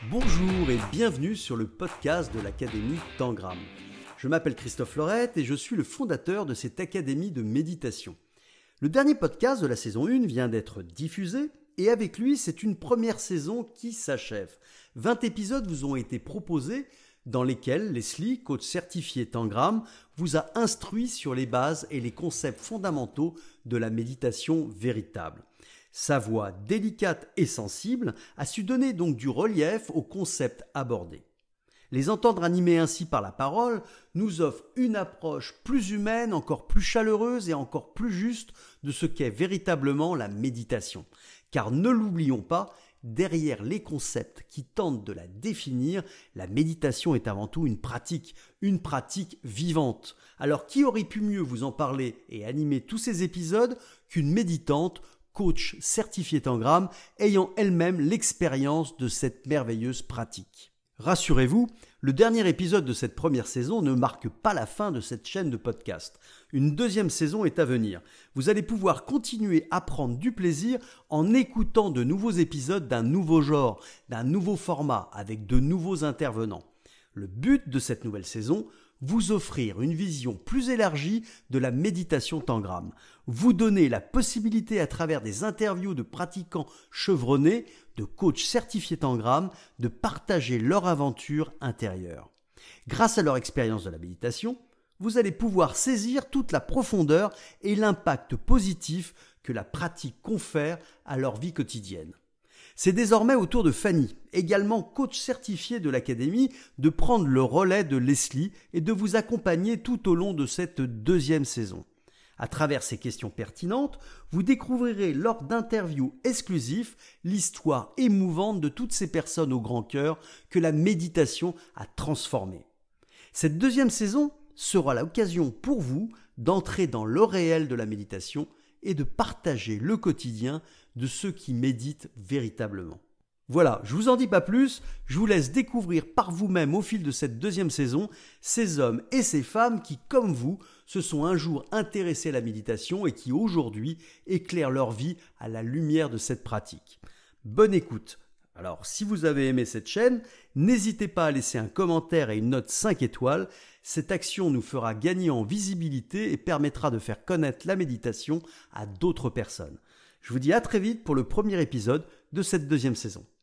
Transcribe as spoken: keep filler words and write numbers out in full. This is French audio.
Bonjour et bienvenue sur le podcast de l'Académie Tangram. Je m'appelle Christophe Laurette et je suis le fondateur de cette académie de méditation. Le dernier podcast de la saison un vient d'être diffusé et avec lui, c'est une première saison qui s'achève. vingt épisodes vous ont été proposés dans lesquels Leslie, coach certifié Tangram, vous a instruit sur les bases et les concepts fondamentaux de la méditation véritable. Sa voix délicate et sensible a su donner donc du relief aux concepts abordés. Les entendre animés ainsi par la parole nous offre une approche plus humaine, encore plus chaleureuse et encore plus juste de ce qu'est véritablement la méditation. Car ne l'oublions pas, derrière les concepts qui tentent de la définir, la méditation est avant tout une pratique, une pratique vivante. Alors qui aurait pu mieux vous en parler et animer tous ces épisodes qu'une méditante, coach certifié Tangram, ayant elle-même l'expérience de cette merveilleuse pratique. Rassurez-vous, le dernier épisode de cette première saison ne marque pas la fin de cette chaîne de podcast. Une deuxième saison est à venir. Vous allez pouvoir continuer à prendre du plaisir en écoutant de nouveaux épisodes d'un nouveau genre, d'un nouveau format, avec de nouveaux intervenants. Le but de cette nouvelle saison, vous offrir une vision plus élargie de la méditation Tangram, vous donner la possibilité à travers des interviews de pratiquants chevronnés, de coachs certifiés Tangram, de partager leur aventure intérieure. Grâce à leur expérience de la méditation, vous allez pouvoir saisir toute la profondeur et l'impact positif que la pratique confère à leur vie quotidienne. C'est désormais au tour de Fanny, également coach certifié de l'Académie, de prendre le relais de Leslie et de vous accompagner tout au long de cette deuxième saison. À travers ces questions pertinentes, vous découvrirez lors d'interviews exclusives l'histoire émouvante de toutes ces personnes au grand cœur que la méditation a transformées. Cette deuxième saison sera l'occasion pour vous d'entrer dans le réel de la méditation et de partager le quotidien de ceux qui méditent véritablement. Voilà, je vous en dis pas plus, je vous laisse découvrir par vous-même au fil de cette deuxième saison ces hommes et ces femmes qui, comme vous, se sont un jour intéressés à la méditation et qui aujourd'hui éclairent leur vie à la lumière de cette pratique. Bonne écoute. Alors, si vous avez aimé cette chaîne, n'hésitez pas à laisser un commentaire et une note cinq étoiles. Cette action nous fera gagner en visibilité et permettra de faire connaître la méditation à d'autres personnes. Je vous dis à très vite pour le premier épisode de cette deuxième saison.